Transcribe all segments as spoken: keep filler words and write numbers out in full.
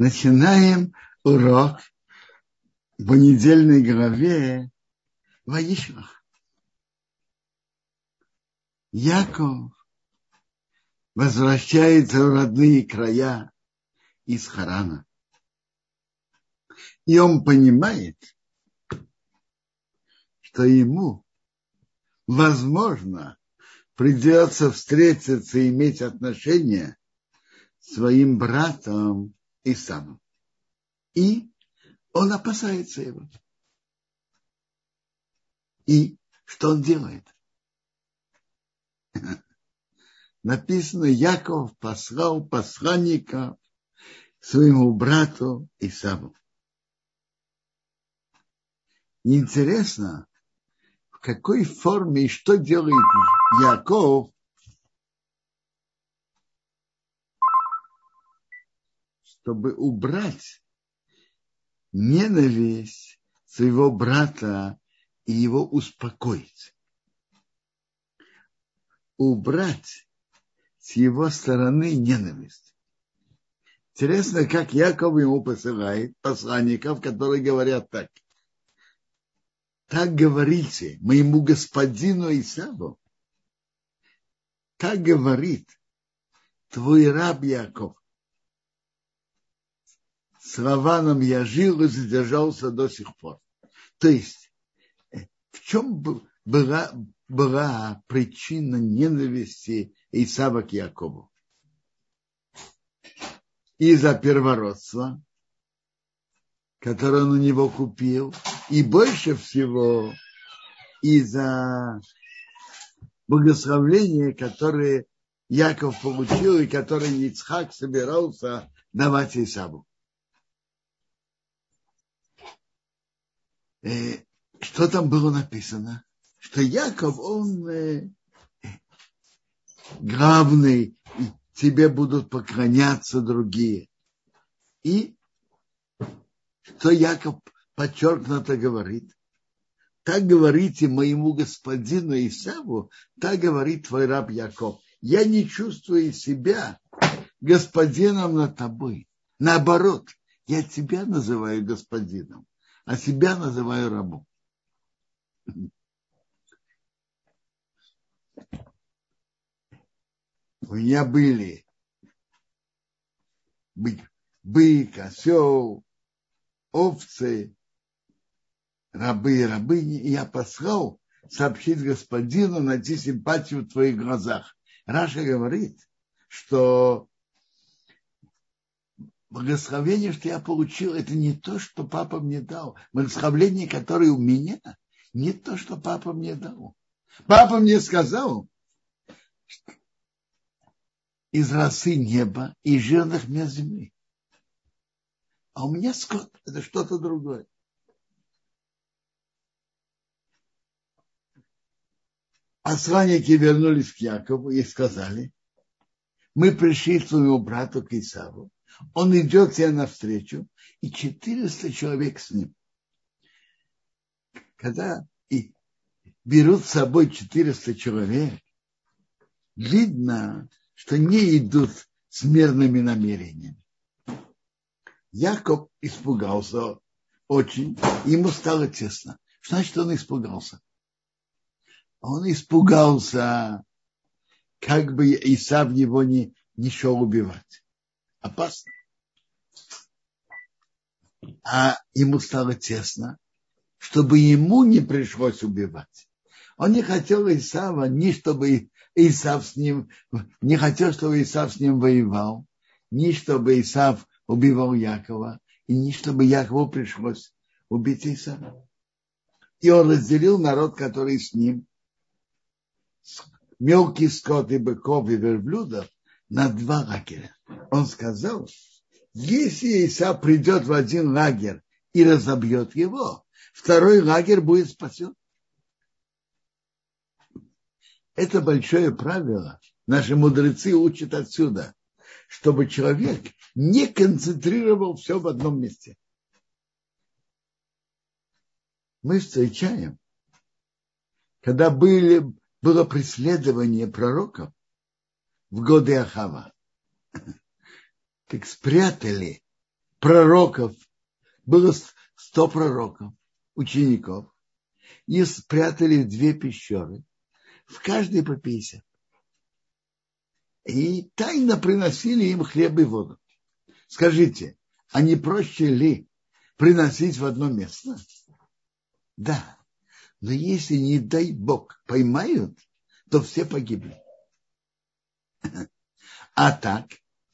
Начинаем урок в недельной главе Ваишвах. Яков возвращается в родные края из Харана. И он понимает, что ему, возможно, придется встретиться и иметь отношения с своим братом Исавом. И он опасается его. И что он делает? Написано, Яков послал посланника своему брату Исаву. Интересно, в какой форме и что делает Яков, чтобы убрать ненависть своего брата и его успокоить. Убрать с его стороны ненависть. Интересно, как Яков ему посылает посланников, которые говорят так. Так говорите моему господину Исаву. Так говорит твой раб Яков. С Лаваном я жил и задержался до сих пор. То есть, в чем была, была причина ненависти Исава к Якову? Из-за первородства, которое он у него купил, и больше всего из-за благословения, которое Яков получил и которое Ицхак собирался давать Исаву. Что там было написано? Что Яков, он э, главный, и тебе будут поклоняться другие. И что Яков подчеркнуто говорит? Так говорите моему господину Исаву, так говорит твой раб Яков. Я не чувствую себя господином над тобой. Наоборот, я тебя называю господином, а себя называю рабом. У меня были бык, осел, овцы, рабы и рабыни, и я послал сообщить господину, найти симпатию в твоих глазах. Раша говорит, что благословение, что я получил, это не то, что папа мне дал. Благословение, которое у меня, не то, что папа мне дал. Папа мне сказал, из росы неба и жирных мест земли. А у меня скот, это что-то другое. Посланники вернулись к Якову и сказали, мы пришли к своему брату к Исаву. Он идет тебе навстречу, и четыреста человек с ним. Когда и берут с собой четыреста человек, видно, что не идут с мирными намерениями. Яков испугался очень, ему стало тесно. Что значит, он испугался? Он испугался, как бы Исав его не, не шел убивать. Опасно. А ему стало тесно, чтобы ему не пришлось убивать. Он не хотел Исава, ни чтобы Исав с ним, не хотел, чтобы Исав с ним воевал, ни чтобы Исав убивал Якова, и ни чтобы Якову пришлось убить Исава. И он разделил народ, который с ним, мелкий скот и быков и верблюдов, на два лагеря. Он сказал, если Исав придет в один лагерь и разобьет его, второй лагерь будет спасен. Это большое правило. Наши мудрецы учат отсюда, чтобы человек не концентрировал все в одном месте. Мы встречаем, когда были, было преследование пророков в годы Ахава, так спрятали пророков, было сто пророков, учеников, и спрятали в две пещеры, в каждой по пятьдесят. И тайно приносили им хлеб и воду. Скажите, а не проще ли приносить в одно место? Да. Но если, не дай Бог, поймают, то все погибли. А так,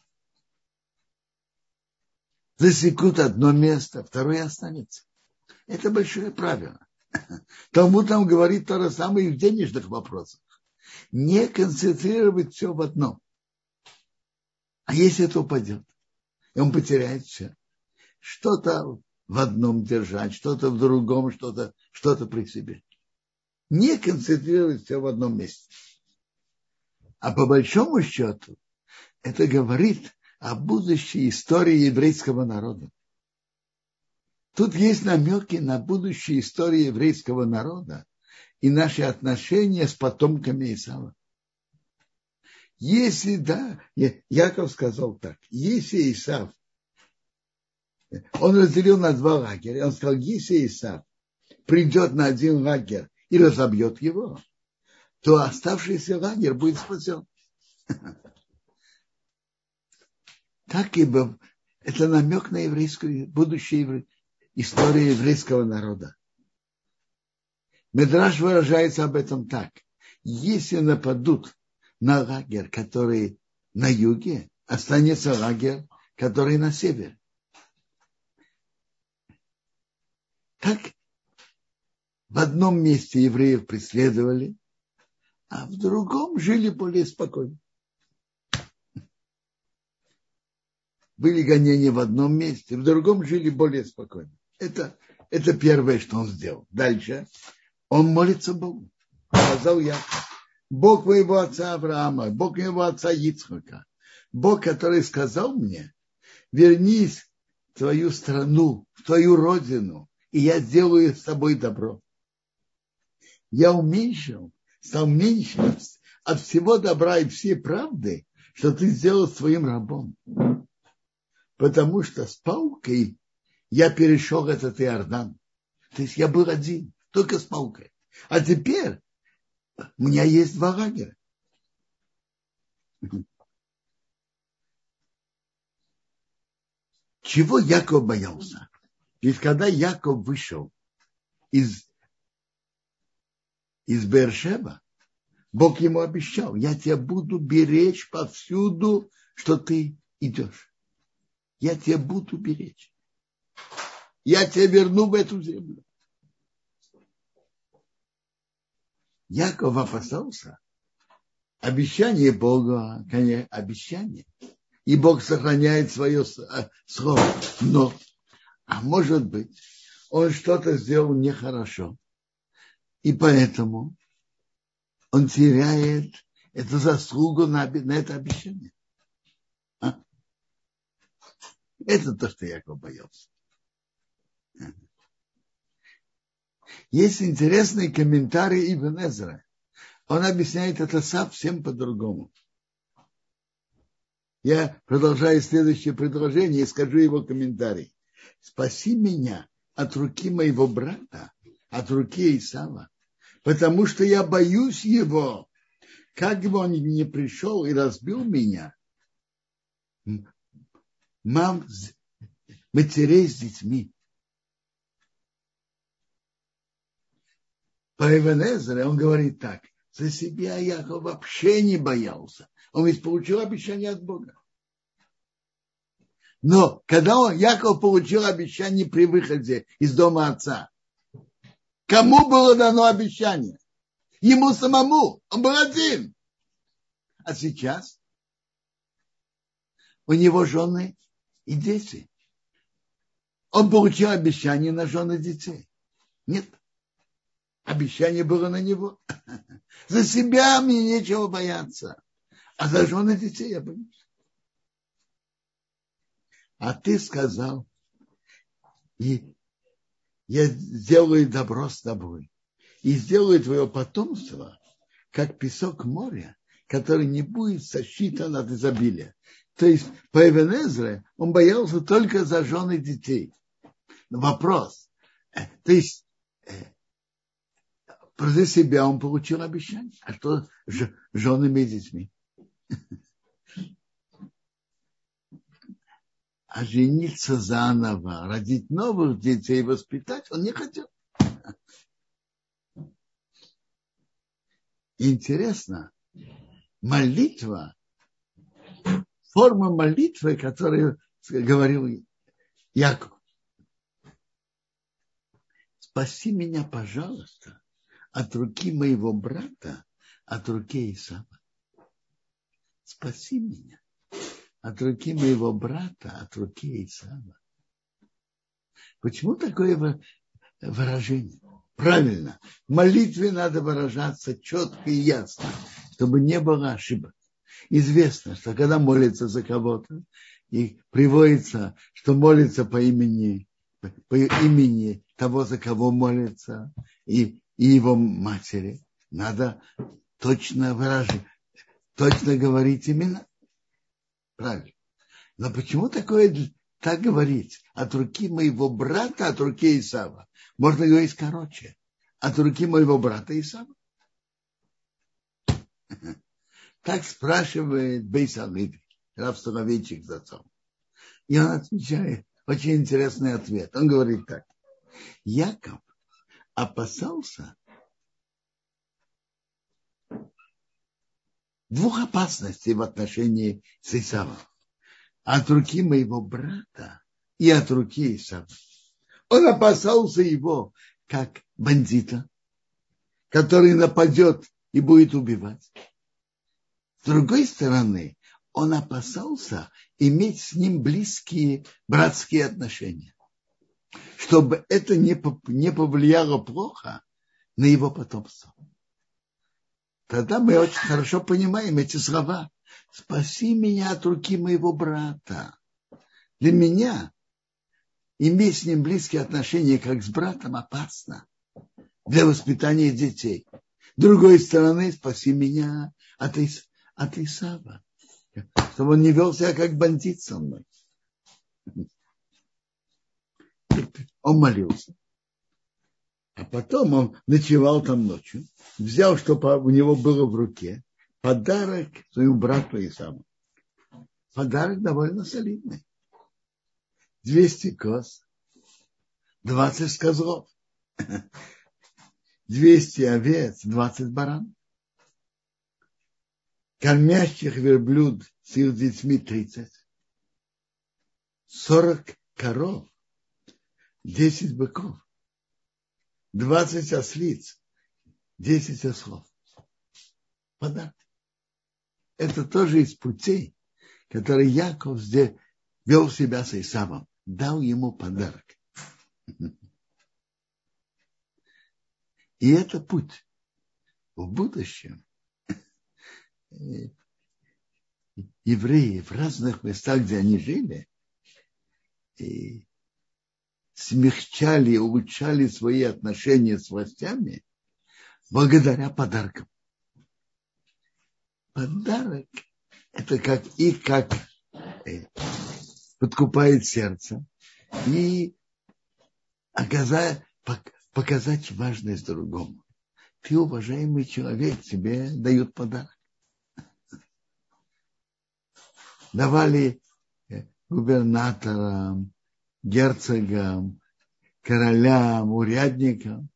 засекут одно место, второе останется. Это большое правило. Тому там говорит то же самое и в денежных вопросах. Не концентрировать все в одном. А если это упадет, и он потеряет все. Что-то в одном держать, что-то в другом, что-то, что-то при себе. Не концентрировать все в одном месте. А по большому счету, это говорит о будущей истории еврейского народа. Тут есть намеки на будущую историю еврейского народа и наши отношения с потомками Исава. Если, да, Яков сказал так, если Исав, он разделил на два лагеря, он сказал, если Исав придет на один лагерь и разобьет его, то оставшийся лагерь будет спасен. Так и бы, это намек на еврейскую, будущее историю еврейского народа. Медраш выражается об этом так. Если нападут на лагерь, который на юге, останется лагерь, который на севере. Так в одном месте евреев преследовали, а в другом жили более спокойно. Были гонения в одном месте, в другом жили более спокойно. Это, это первое, что он сделал. Дальше он молится Богу. Сказал Яков, Бог моего отца Авраама, Бог моего отца Ицхака, Бог, который сказал мне, вернись в твою страну, в твою родину, и я сделаю с тобой добро. Я уменьшил, стал меньше от всего добра и всей правды, что ты сделал своим рабом. Потому что с палкой я перешел этот Иордан. То есть я был один, только с палкой. А теперь у меня есть два лагеря. Чего Яков боялся? Ведь когда Яков вышел из, из Бершеба, Бог ему обещал, я тебя буду беречь повсюду, что ты идешь. Я тебя буду беречь. Я тебя верну в эту землю. Яков опасался. Обещание Бога, конечно, обещание. И Бог сохраняет свое слово. Но, а может быть, он что-то сделал нехорошо. И поэтому он теряет эту заслугу на, на это обещание. А? Это то, что Яков боялся. Есть интересный комментарий Ибн Эзра. Он объясняет это совсем по-другому. Я продолжаю следующее предложение и скажу его комментарий. Спаси меня от руки моего брата, от руки Исава, потому что я боюсь его. Как бы он не пришел и разбил меня, мам, матерей с детьми. По Ибн Эзре он говорит так. За себя Яков вообще не боялся. Он ведь получил обещание от Бога. Но когда он, Яков получил обещание при выходе из дома отца, кому было дано обещание? Ему самому. Он был один. А сейчас у него жены и дети. Он получил обещание на жены и детей. Нет. Обещание было на него. За себя мне нечего бояться. А за жены и детей я боюсь. А ты сказал, и я сделаю добро с тобой. И сделаю твое потомство, как песок моря, который не будет сосчитан от изобилия. То есть по Эбен Эзре он боялся только за жены детей. Но вопрос, то есть про себя он получил обещание, а что с женами и детьми? А жениться заново, родить новых детей, воспитать, он не хотел. Интересно, молитва, форма молитвы, которую говорил Яков. Спаси меня, пожалуйста, от руки моего брата, от руки Исава. Спаси меня от руки моего брата, от руки Исава. Почему такое выражение? Правильно. В молитве надо выражаться четко и ясно, чтобы не было ошибок. Известно, что когда молится за кого-то, и приводится, что молится по имени, по имени того, за кого молится, и, и его матери, надо точно выражать, точно говорить имена. Правильно. Но почему такое так говорить? От руки моего брата, от руки Исава. Можно говорить короче. От руки моего брата Исава. Так спрашивает Бейс Алиби, раб Соловейчик за отцом. И он отвечает, очень интересный ответ. Он говорит так. Яков опасался двух опасностей в отношении с Исавом. От руки моего брата и от руки Исава. Он опасался его как бандита, который нападет и будет убивать. С другой стороны, он опасался иметь с ним близкие братские отношения, чтобы это не повлияло плохо на его потомство. Тогда мы очень хорошо понимаем эти слова. Спаси меня от руки моего брата. Для меня иметь с ним близкие отношения, как с братом, опасно для воспитания детей. С другой стороны, спаси меня от, Ис... от Исава, чтобы он не вел себя как бандит со мной. Он молился. А потом он ночевал там ночью, взял, что у него было в руке, подарок своему брату Исаву. Подарок довольно солидный. двести коз, двадцать козлов, двести овец, двадцать баран, кормящих верблюд с их детьми тридцать, сорок коров, десять быков, двадцать ослиц, десять ослов. Подарок. Это тоже из путей, которые Яков здесь вел себя с Исавом. Дал ему подарок. И это путь. В будущем евреи в разных местах, где они жили, и смягчали, улучшали свои отношения с властями благодаря подаркам. Подарок – это как их как э, подкупает сердце и оказать, показать важность другому. Ты, уважаемый человек, тебе дают подарок. Давали губернаторам, герцогам, королям, урядникам.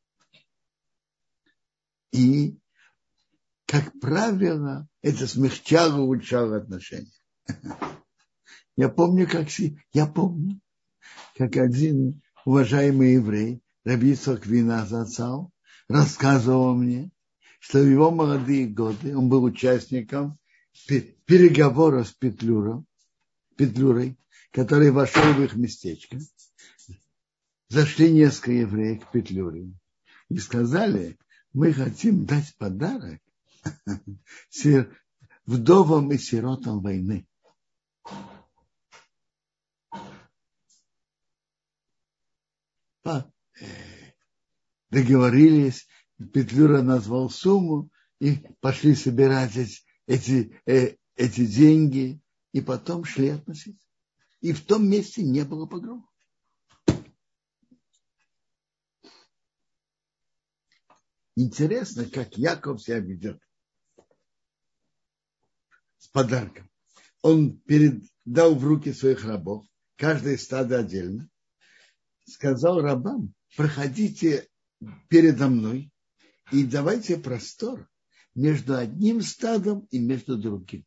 И, как правило, это смягчало, улучшало отношения. Я помню, как я помню, как один уважаемый еврей, Раби Ицхак Виназацал, рассказывал мне, что в его молодые годы он был участником переговоров с Петлюром, Петлюрой, который вошел в их местечко. Зашли несколько евреев к Петлюре и сказали: мы хотим дать подарок вдовам и сиротам войны. Договорились, Петлюра назвал сумму и пошли собирать эти, эти, эти деньги и потом шли относиться. И в том месте не было погрома. Интересно, как Яков себя ведет с подарком. Он передал в руки своих рабов, каждое стадо отдельно, сказал рабам: проходите передо мной и давайте простор между одним стадом и между другим.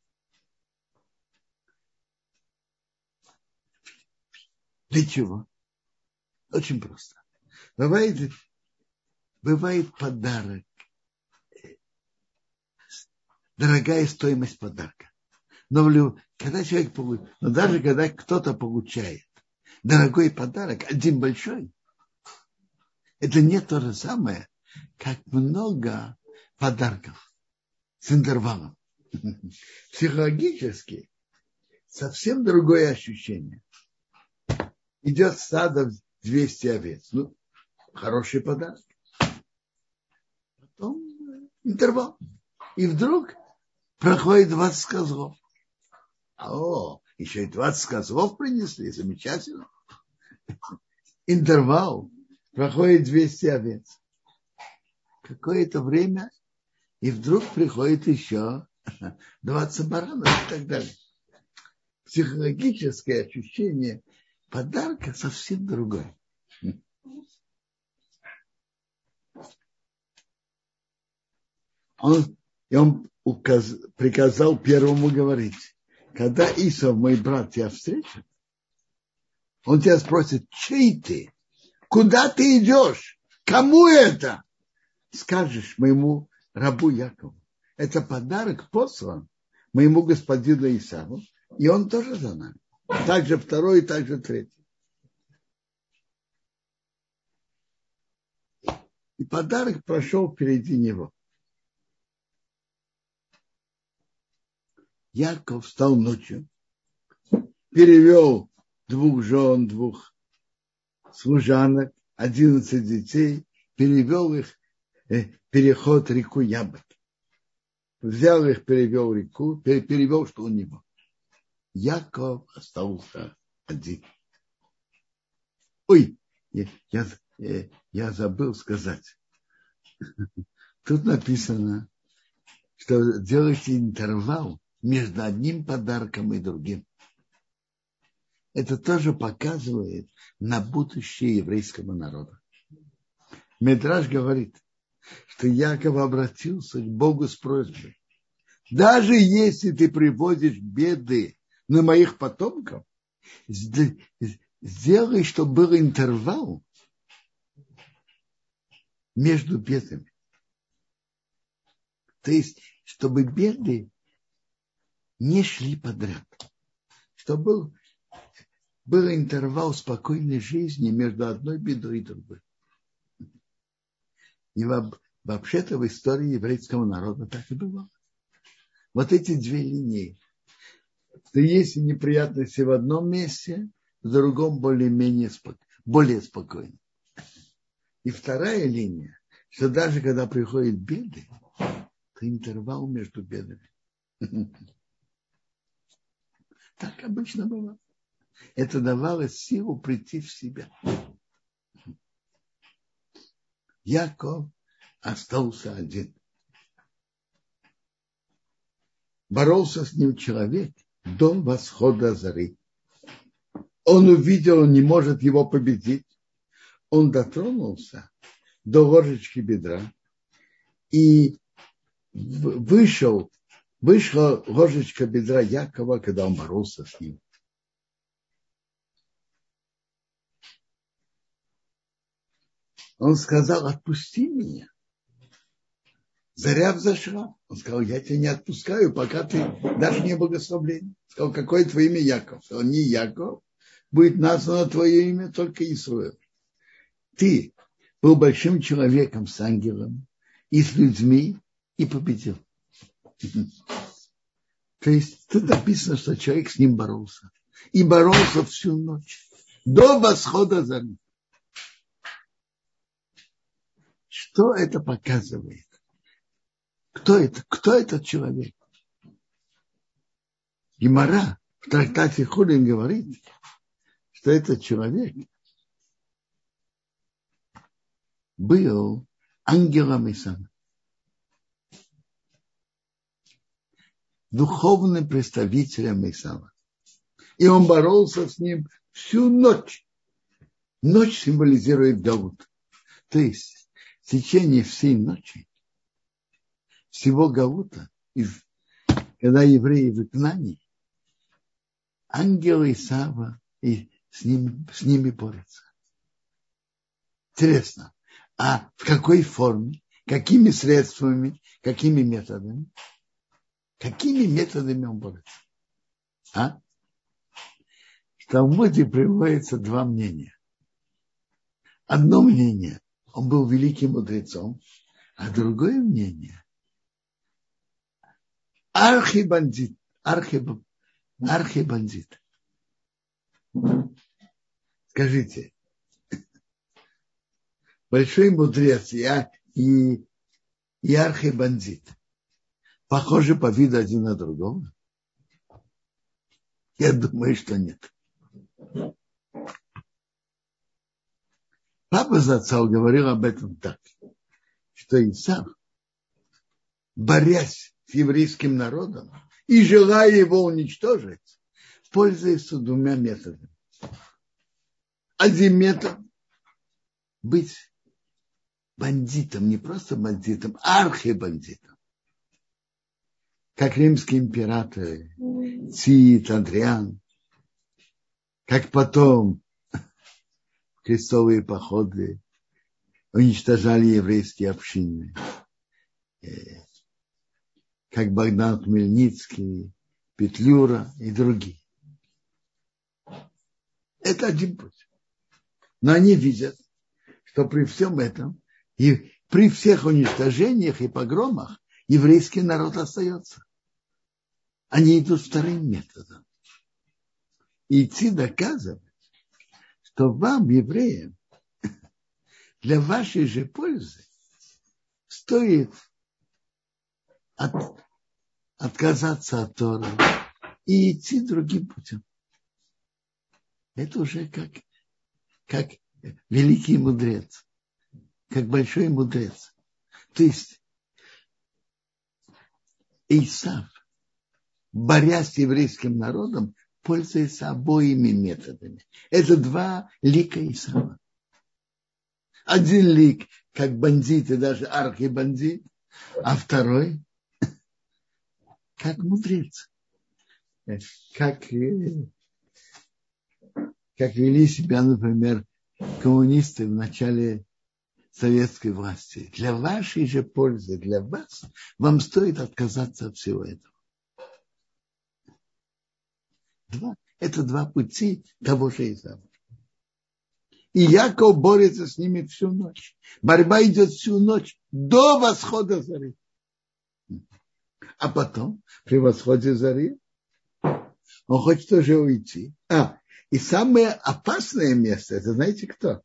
Для чего? Очень просто. Бывает, бывает подарок, дорогая стоимость подарка. Но когда человек получает, но даже когда кто-то получает дорогой подарок, один большой, это не то же самое, как много подарков с интервалом. Психологически совсем другое ощущение. Идет стадо двести овец. Ну, хороший подарок. Потом интервал. И вдруг проходит двадцать козлов. О, еще и двадцать козлов принесли. Замечательно. Интервал. Проходит двести овец. Какое-то время, и вдруг приходит еще двадцать баранов и так далее. Психологическое ощущение подарка совсем другое. Он, и он указ, приказал первому говорить: когда Исав, мой брат, тебя встретит, он тебя спросит: чей ты? Куда ты идешь? Кому это? Скажешь моему рабу Якову: это подарок послан моему господину Исаву, и он тоже за нами. Также второй и также третий. И подарок прошел впереди него. Яков встал ночью, перевел двух жен, двух служанок, одиннадцать детей, перевел их э, переход реку Ябок. Взял их, перевел реку, перевел, что у него. Яков остался один. Ой, я, я, я забыл сказать. Тут написано, что делайте интервал между одним подарком и другим. Это тоже показывает на будущее еврейского народа. Мидраш говорит, что Яков обратился к Богу с просьбой: даже если ты приводишь беды на моих потомков, сделай, чтобы был интервал между бедами. То есть, чтобы беды не шли подряд. Чтобы был, был интервал спокойной жизни между одной бедой и другой. И вообще-то в истории еврейского народа так и было. Вот эти две линии. Что есть неприятности в одном месте, в другом более-менее спокойно, более спокойно. И вторая линия, что даже когда приходят беды, то интервал между бедами. Так обычно было. Это давало силу прийти в себя. Яков остался один. Боролся с ним человек до восхода зари. Он увидел, он не может его победить. Он дотронулся до ложечки бедра и вышел, вышла ложечка бедра Якова, когда он боролся с ним. Он сказал: отпусти меня. Заря взошла. Он сказал: я тебя не отпускаю, пока ты дашь мне благословение. Сказал: какое твое имя? Яков. Сказал: не Яков, будет названо твое имя только Исраэль. Ты был большим человеком с ангелом и с людьми и победил. То есть тут написано, что человек с ним боролся. И боролся всю ночь. До восхода зари. Что это показывает? Кто это? Кто этот человек? Гемара в трактате Хулин говорит, что этот человек был ангелом Исава, духовным представителем Исава. И он боролся с ним всю ночь. Ночь символизирует Галут. То есть в течение всей ночи, всего Галута, когда евреи в изгнании, ангелы Исава и с ними, с ними борются. Интересно, а в какой форме, какими средствами, какими методами? Какими методами он борется? А? В Талмуде приводится два мнения. Одно мнение, он был великим мудрецом, а другое мнение, архибандит, архиб, архибандит. Скажите, большой мудрец и, и, и архибандит похожи по виду один на другого? Я думаю, что нет. Папа Зацал говорил об этом так, что Исав, борясь с еврейским народом и желая его уничтожить, пользуется двумя методами. Один метод – быть бандитом, не просто бандитом, а архибандитом. Как римские императоры, Тит, Адриан, как потом крестовые походы уничтожали еврейские общины, как Богдан Хмельницкий, Петлюра и другие. Это один путь. Но они видят, что при всем этом и при всех уничтожениях и погромах еврейский народ остается. Они идут вторым методом. Идти доказывать, что вам, евреям, для вашей же пользы стоит от, отказаться от Торы и идти другим путем. Это уже как, как великий мудрец, как большой мудрец. То есть Исав, борясь с еврейским народом, пользуется обоими методами. Это два лика Исава. Один лик, как бандит и даже архибандит, а второй, как мудрец. Как, как вели себя, например, коммунисты в начале советской власти. Для вашей же пользы, для вас, вам стоит отказаться от всего этого. Два. Это два пути того же Исава. И Яков борется с ними всю ночь. Борьба идет всю ночь до восхода зари. А потом, при восходе зари, он хочет тоже уйти. А, и самое опасное место, это знаете кто?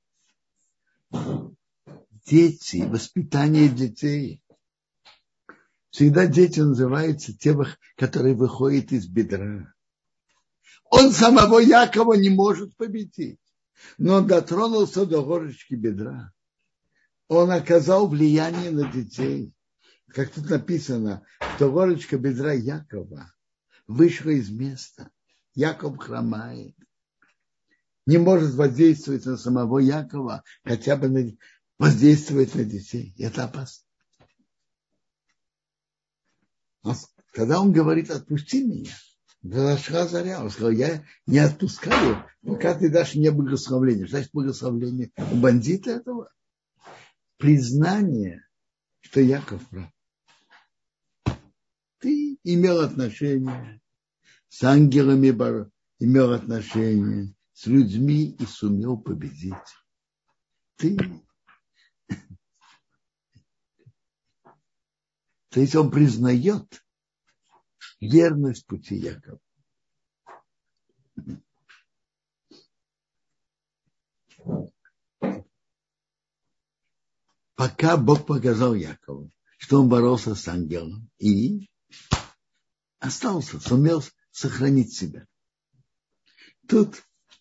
Дети, воспитание детей. Всегда дети называются те, которые выходят из бедра. Он самого Якова не может победить. Но он дотронулся до горочки бедра. Он оказал влияние на детей. Как тут написано, что горочка бедра Якова вышла из места. Яков хромает. Не может воздействовать на самого Якова, хотя бы на, воздействовать на детей. Это опасно. Когда он говорит, отпусти меня, зашла заря. Он сказал, я не отпускаю, пока ты дашь мне благословление. Значит, благословление у бандита этого. Признание, что Яков прав. Ты имел отношение с ангелами, имел отношение с людьми и сумел победить. Ты... То есть он признает верность пути Якова. Пока Бог показал Якову, что он боролся с ангелом и остался, сумел сохранить себя. Тут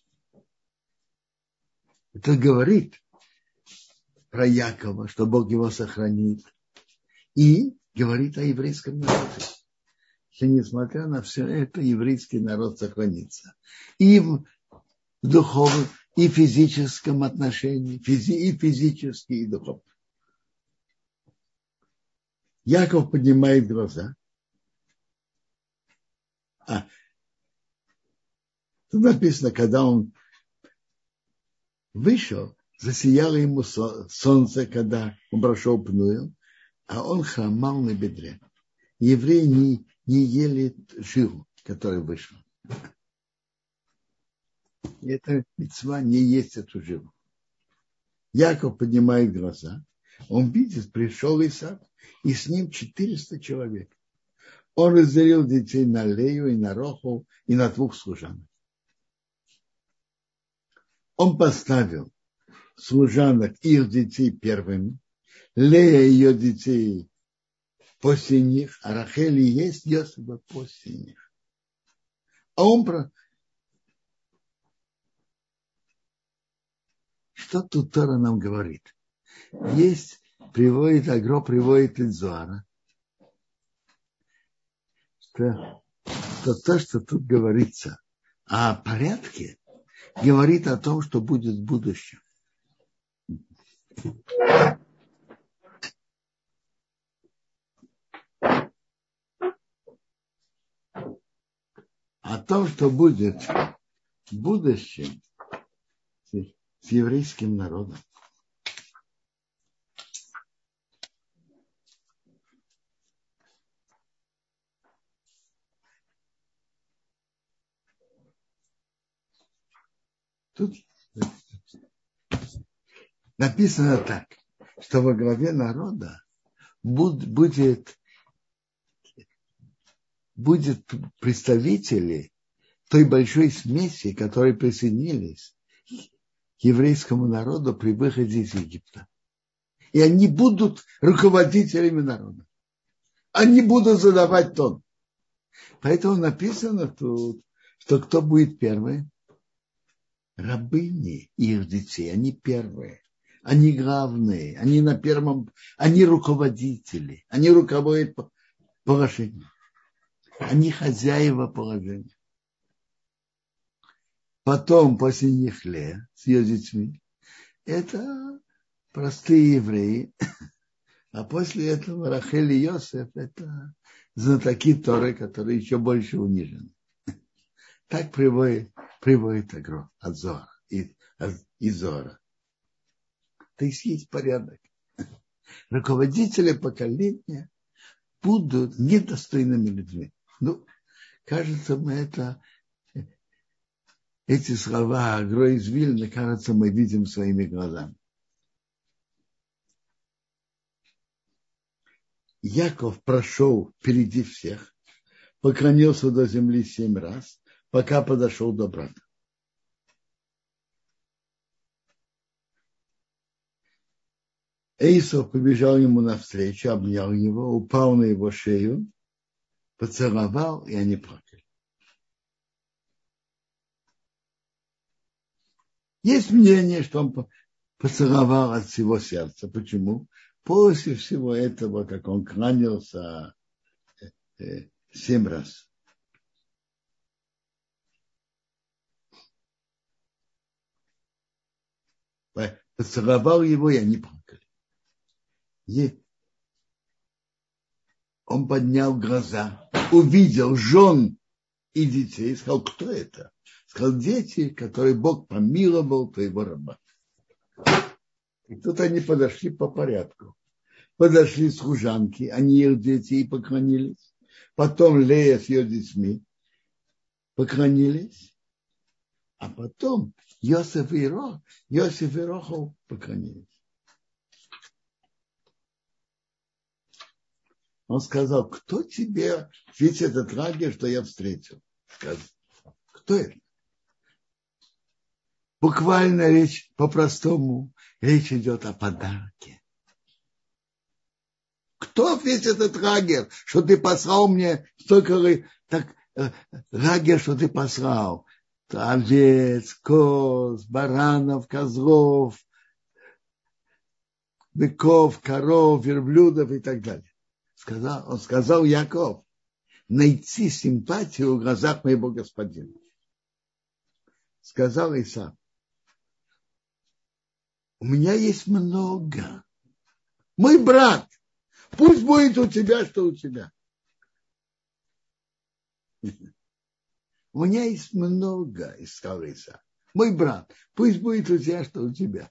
это говорит про Якова, что Бог его сохранит. И говорит о еврейском народе. Что несмотря на все это, еврейский народ сохранится. И в духовном, и в физическом отношении, физи, и физически, и духовно. Яков поднимает глаза. А, тут написано, когда он вышел, засияло ему солнце, когда он прошел Пнуил, а он хромал на бедре. Евреи не, не ели жиру, который вышел. И это мицва не есть эту жиру. Яков поднимает глаза, он видит, пришел Исав, и с ним четыреста человек. Он разделил детей на Лею и на Роху и на двух служанок. Он поставил служанок их детей первыми, Лея ее детей после них, а Рахель есть Йосифа после них. А он про... Что тут Тора нам говорит? Есть, приводит, Агро приводит из Зоара, что, что то, что тут говорится о порядке, говорит о том, что будет в будущем. О том, что будет в будущем с еврейским народом. Тут написано так, что во главе народа будет, будет представители той большой смеси, которые присоединились к еврейскому народу при выходе из Египта. И они будут руководителями народа. Они будут задавать тон. Поэтому написано тут, что кто будет первый? Рабыни и их детей, они первые, они главные, они на первом, они руководители, они руководят положением, они хозяева положения. Потом после них Лея с ее детьми, это простые евреи, а после этого Рахель и Йосеф, это знатоки Торы, которые еще больше унижены. Так приводит, приводит Агро от Зоара, из Зоара. То есть есть порядок. Руководители поколения будут недостойными людьми. Ну, кажется, мы это, эти слова Агро из Вильны, кажется, мы видим своими глазами. Яков прошел впереди всех, поклонился до земли семь раз, пока подошел до брата. Эйсов побежал ему навстречу, обнял его, упал на его шею, поцеловал, и они плакали. Есть мнение, что он поцеловал от всего сердца. Почему? После всего этого, как он кланялся семь раз. Поцеловал его, и они плакали. И он поднял глаза, увидел жен и детей, сказал, кто это? Сказал, дети, которые Бог помиловал твоего раба. И тут они подошли по порядку. Подошли служанки, они их дети и поклонились. Потом Лея с ее детьми поклонились. А потом Йосеф и Рох, Йосеф и Рохов поклонились. Он сказал, кто тебе, ведь этот лагерь, что я встретил? Сказал, кто это? Буквально речь, по-простому, речь идет о подарке. Кто весь этот лагерь, что ты послал мне столько, так, лагерь, что ты послал? овец, коз, баранов, козлов, быков, коров, верблюдов и так далее. Сказал, он сказал Яков, найти симпатию в глазах моего господина. Сказал Исав, у меня есть много. Мой брат, пусть будет у тебя, что у тебя. У меня есть много, сказал Исав. Мой брат, пусть будет у тебя, что у тебя.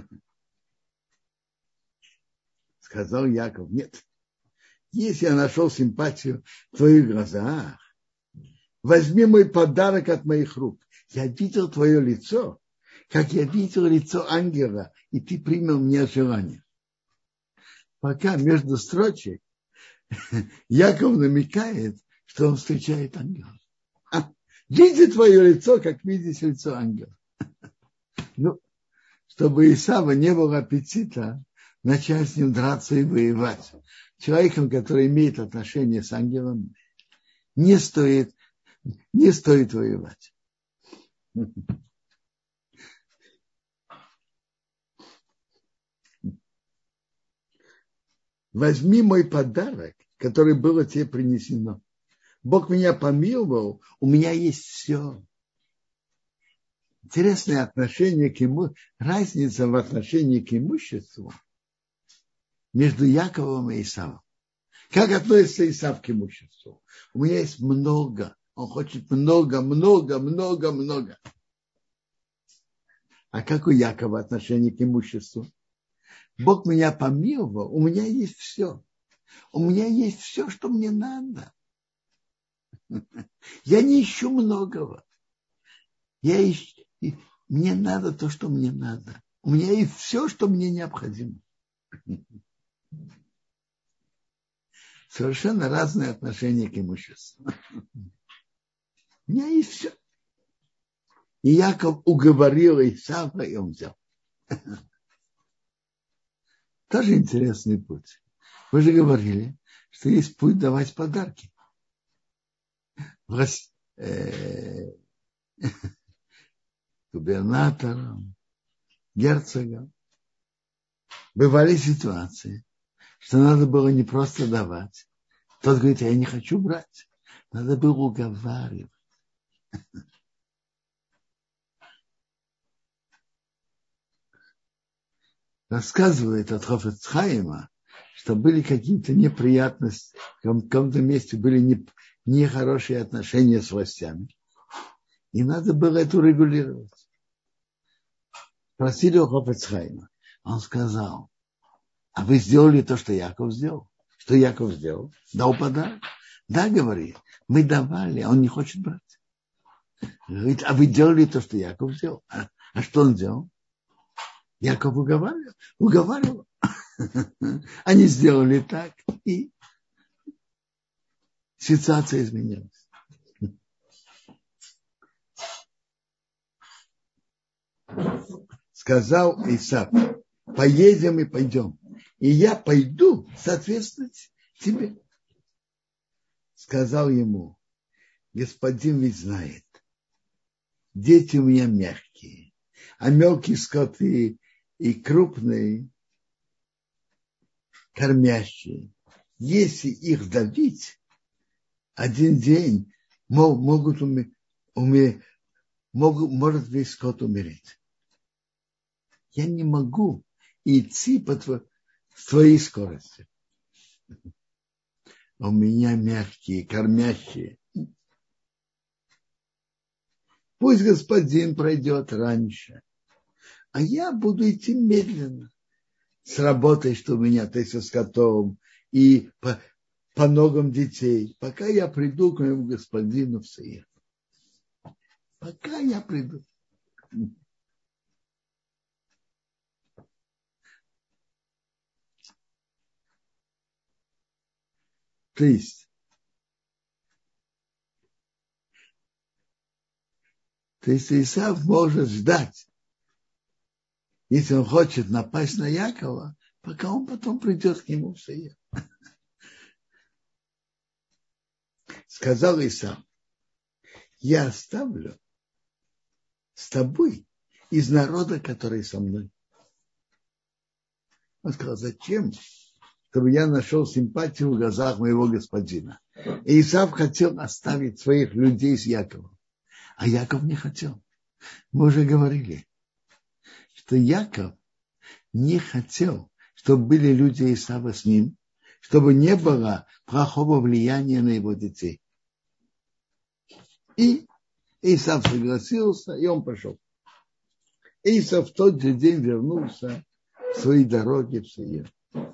Сказал Яков, нет. Если я нашел симпатию в твоих глазах, возьми мой подарок от моих рук. Я видел твое лицо, как я видел лицо ангела, и ты принял мне желание. Пока между строчек Яков намекает, что он встречает ангела. А, видит твое лицо, как видишь лицо ангела. Ну, чтобы Исава не было аппетита начать с ним драться и воевать. Человеком, который имеет отношение с ангелом, не стоит, не стоит воевать. Возьми мой подарок, который было тебе принесено. Бог меня помиловал, у меня есть все. Интересное отношение к ему, разница в отношении к имуществу между Яковом и Исавом. Как относится Исав к имуществу? У меня есть много. Он хочет много, много, много, много. А как у Якова отношение к имуществу? Бог меня помиловал, у меня есть все. У меня есть все, что мне надо. Я не ищу многого. Я ищу, мне надо то, что мне надо. У меня есть все, что мне необходимо. Совершенно разные отношения к имуществу. У меня есть все. И Яков уговорил Исава, и он взял. Тоже интересный путь. Вы же говорили, что есть путь давать подарки. Губернаторам, герцогам. Бывали ситуации, что надо было не просто давать. Тот говорит, я не хочу брать. Надо было уговаривать. Рассказывает от Хофец Хаима, что были какие-то неприятности, в каком-то месте были не, нехорошие отношения с властями. И надо было это урегулировать. Спросили у Хофец Хаима. Он сказал, а вы сделали то, что Яков сделал? Что Яков сделал? Дал подарок? Да, говорит, мы давали, а он не хочет брать. Говорит, а вы делали то, что Яков сделал? А, а что он делал? Яков уговаривал, уговаривал. Они сделали так, и ситуация изменилась. Сказал Исав, поедем и пойдем. И я пойду соответствовать тебе. Сказал ему, господин ведь знает, дети у меня мягкие, а мелкие скоты и крупные кормящие. Если их давить, один день могут уме, уме, могут, может весь скот умереть. Я не могу идти по тво, твоей скорости. У меня мягкие, кормящие. Пусть господин пройдет раньше, а я буду идти медленно. С работой, что у меня, то есть со скотом, и по, по ногам детей, пока я приду к моему господину в Сеир. Пока я приду. То есть, то есть Исав может ждать, если он хочет напасть на Якова, пока он потом придет к нему в Сеир. Сказал Исав, я оставлю с тобой из народа, который со мной. Он сказал, зачем? Чтобы я нашел симпатию в глазах моего господина. И Исав хотел оставить своих людей с Яковом. А Яков не хотел. Мы уже говорили, что Яков не хотел, чтобы были люди Исава с ним, чтобы не было плохого влияния на его детей. И Исав согласился, и он пошел. Исав в тот же день вернулся в свои дороги в Сеир.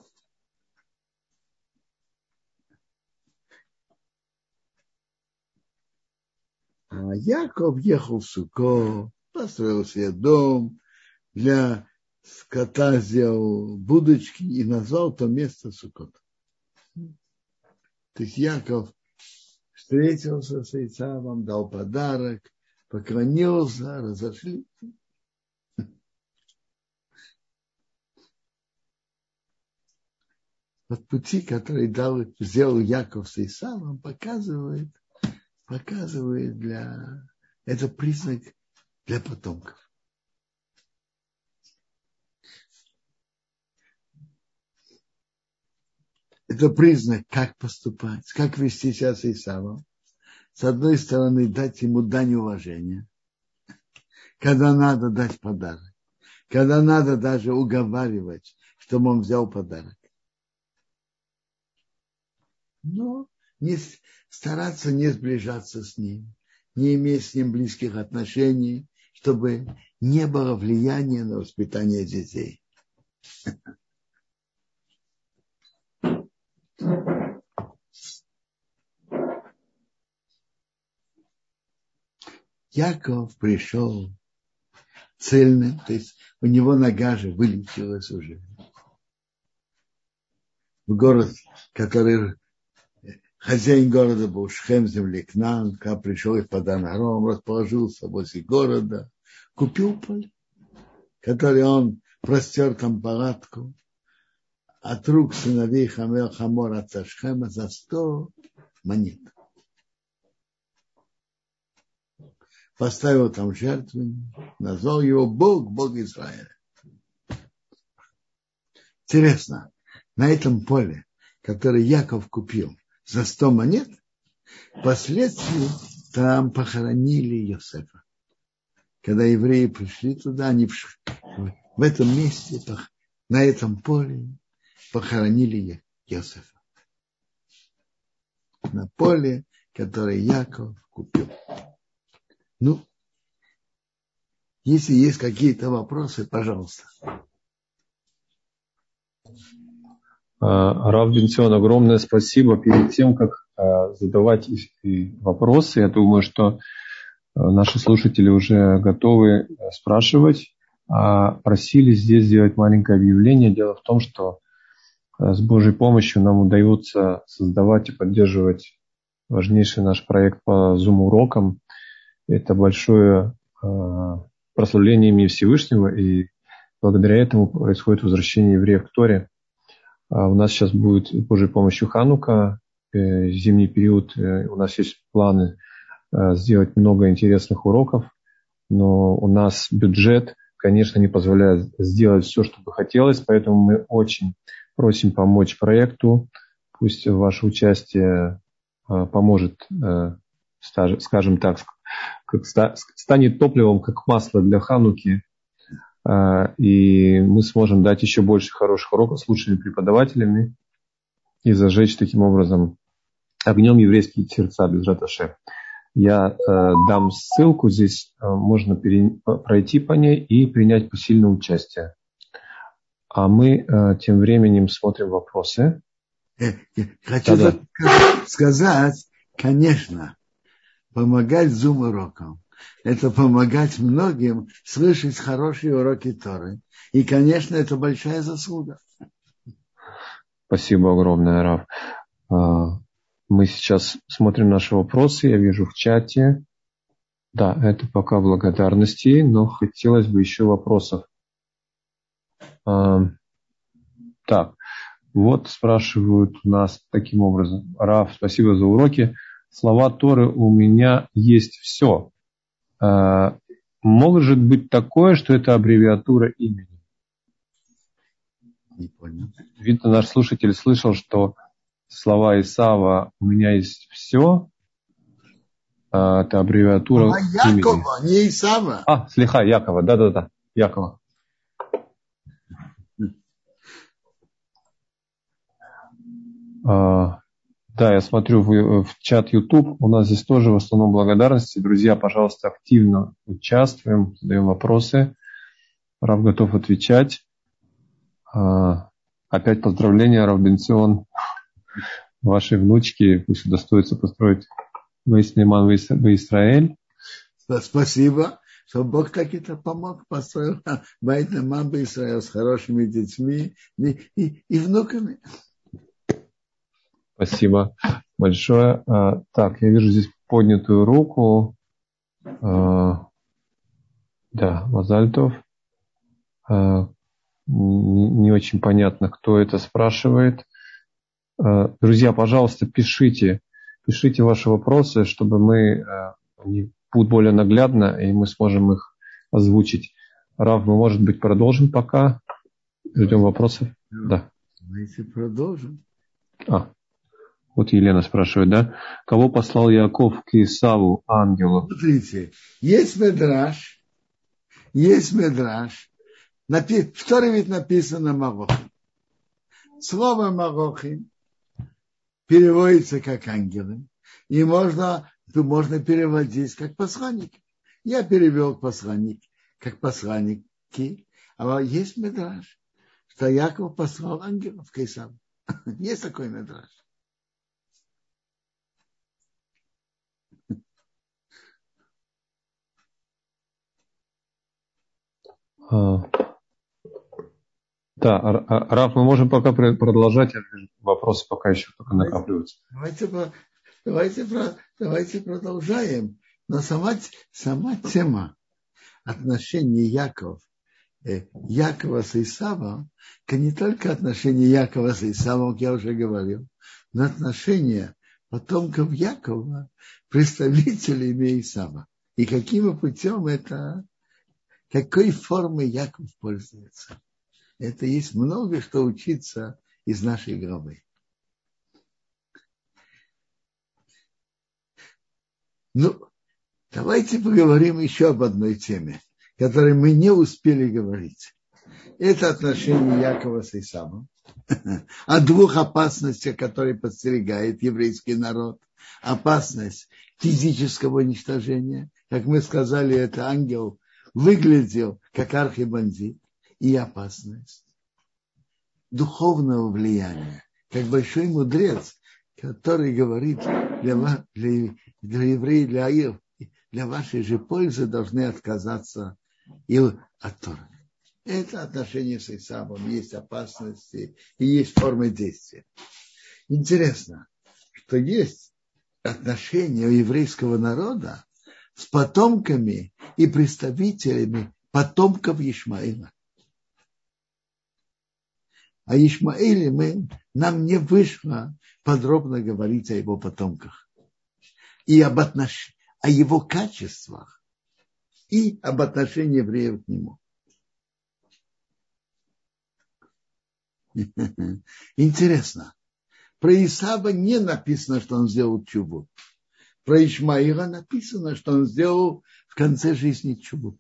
А Яков ехал в Сукко, построил себе дом, для скота сделал будочки и назвал то место Суккот. То есть Яков встретился с Исавом, дал подарок, поклонился, разошлись. Вот пути, который дал, сделал Яков с Исавом, показывает, показывает для... Это признак для потомков. Это признак, как поступать, как вести себя с Исавом. С одной стороны, дать ему дань уважения, когда надо дать подарок, когда надо даже уговаривать, чтобы он взял подарок. Но не, стараться не сближаться с ним, не иметь с ним близких отношений, чтобы не было влияния на воспитание детей. Яков пришел цельным, то есть у него нога же вылечилась уже. В город, который хозяин города был Шхем, земли Кнаан, когда пришел из Падан-Арам, расположился возле города, купил поле, который он простер там палатку от рук сыновей Хамер Хамора отца Шхема за сто монет. Поставил там жертвенник, назвал его Бог, Бог Израиля. Интересно, на этом поле, которое Яков купил за сто монет, впоследствии там похоронили Йосефа. Когда евреи пришли туда, они в этом месте, на этом поле, похоронили Йосефа. На поле, которое Яков купил. Ну, если есть какие-то вопросы, пожалуйста. Рав Бенцион, огромное спасибо. Перед тем, как задавать вопросы, я думаю, что наши слушатели уже готовы спрашивать. Просили здесь сделать маленькое объявление. Дело в том, что с Божьей помощью нам удается создавать и поддерживать важнейший наш проект по Zoom-урокам. Это большое э, прославление имени Всевышнего, и благодаря этому происходит возвращение евреев к Торе. А у нас сейчас будет, с Божьей помощью, Ханука, э, зимний период. Э, у нас есть планы э, сделать много интересных уроков, но у нас бюджет, конечно, не позволяет сделать все, что бы хотелось, поэтому мы очень просим помочь проекту. Пусть ваше участие э, поможет, э, скажем так, как станет топливом, как масло для Хануки, и мы сможем дать еще больше хороших уроков с лучшими преподавателями и зажечь таким образом огнем еврейские сердца Безрат Ашем. Я дам ссылку, здесь можно пройти по ней и принять посильное участие. А мы тем временем смотрим вопросы. Хочу Да-да. сказать, конечно, помогать Zoom-урокам. Это помогать многим слышать хорошие уроки Торы. И, конечно, это большая заслуга. Спасибо огромное, Рав. Мы сейчас смотрим наши вопросы. Я вижу в чате. Да, это пока благодарности, но хотелось бы еще вопросов. Так, вот спрашивают у нас таким образом. Рав, спасибо за уроки. Слова Торы «у меня есть все». может быть такое, что это аббревиатура имени? Не понял. Видно, наш слушатель слышал, что слова Исава «у меня есть все» — это аббревиатура А имени. Якова, не Исава. А, слиха, Якова, да-да-да, Якова. А, да, я смотрю в, в чат YouTube, у нас здесь тоже в основном благодарности. Друзья, пожалуйста, активно участвуем, задаем вопросы. Рав готов отвечать. А, опять поздравления, Рав Бенцион, вашей внучке. Пусть удостоится построить Бейт Нейман в Израиль. Спасибо, что Бог так это помог, построил Бейт Нейман в Израиль с хорошими детьми и, и, и внуками. Спасибо большое. А, так, я вижу здесь поднятую руку. А, да, Мазальтов. А, не, не очень понятно, кто это спрашивает. А, друзья, пожалуйста, пишите, пишите ваши вопросы, чтобы мы, а, они будут более наглядно, и мы сможем их озвучить. Рав, мы, может быть, продолжим пока? Ждем вопросов. Да. Давайте продолжим. А. Вот Елена спрашивает, да? Кого послал Яков к Исаву, ангелу? Смотрите, есть Медраш, есть Медраш. Напи... В Торе ведь написано Марохим. Слово Марохим переводится как ангелы. И можно, можно переводить как посланники. Я перевел посланник, как посланники. А есть Медраш, что Яков послал ангелов к Исаву. Есть такой Медраш. А, да, Рав, мы можем пока продолжать, вопросы пока еще только накапливаются. Давайте, давайте, давайте продолжаем. Но сама, сама тема отношений Яков, Якова с Исавом, не только отношения Якова с Исавом, как я уже говорил, но отношения потомков Якова, представителями Исава. И каким путем это, какой формой Яков пользуется. Это есть много что учиться из нашей главы. Ну, давайте поговорим еще об одной теме, которой мы не успели говорить. Это отношение Якова с Исавом. О двух опасностях, которые подстерегает еврейский народ. Опасность физического уничтожения. Как мы сказали, это ангел выглядел как архибандит. И опасность духовного влияния. Как большой мудрец, который говорит, для, для, для евреев, для, для вашей же пользы должны отказаться и от Торы. Это отношение с Исавом, есть опасности и есть формы действия. Интересно, что есть отношения у еврейского народа с потомками и представителями потомков Ишмаила. О Ишмаиле мы, нам не вышло подробно говорить о его потомках и об отнош... о его качествах и об отношении евреев к нему. Интересно, про Исава не написано, что он сделал тшуву. Про Ишмаила написано, что он сделал в конце жизни тшуву.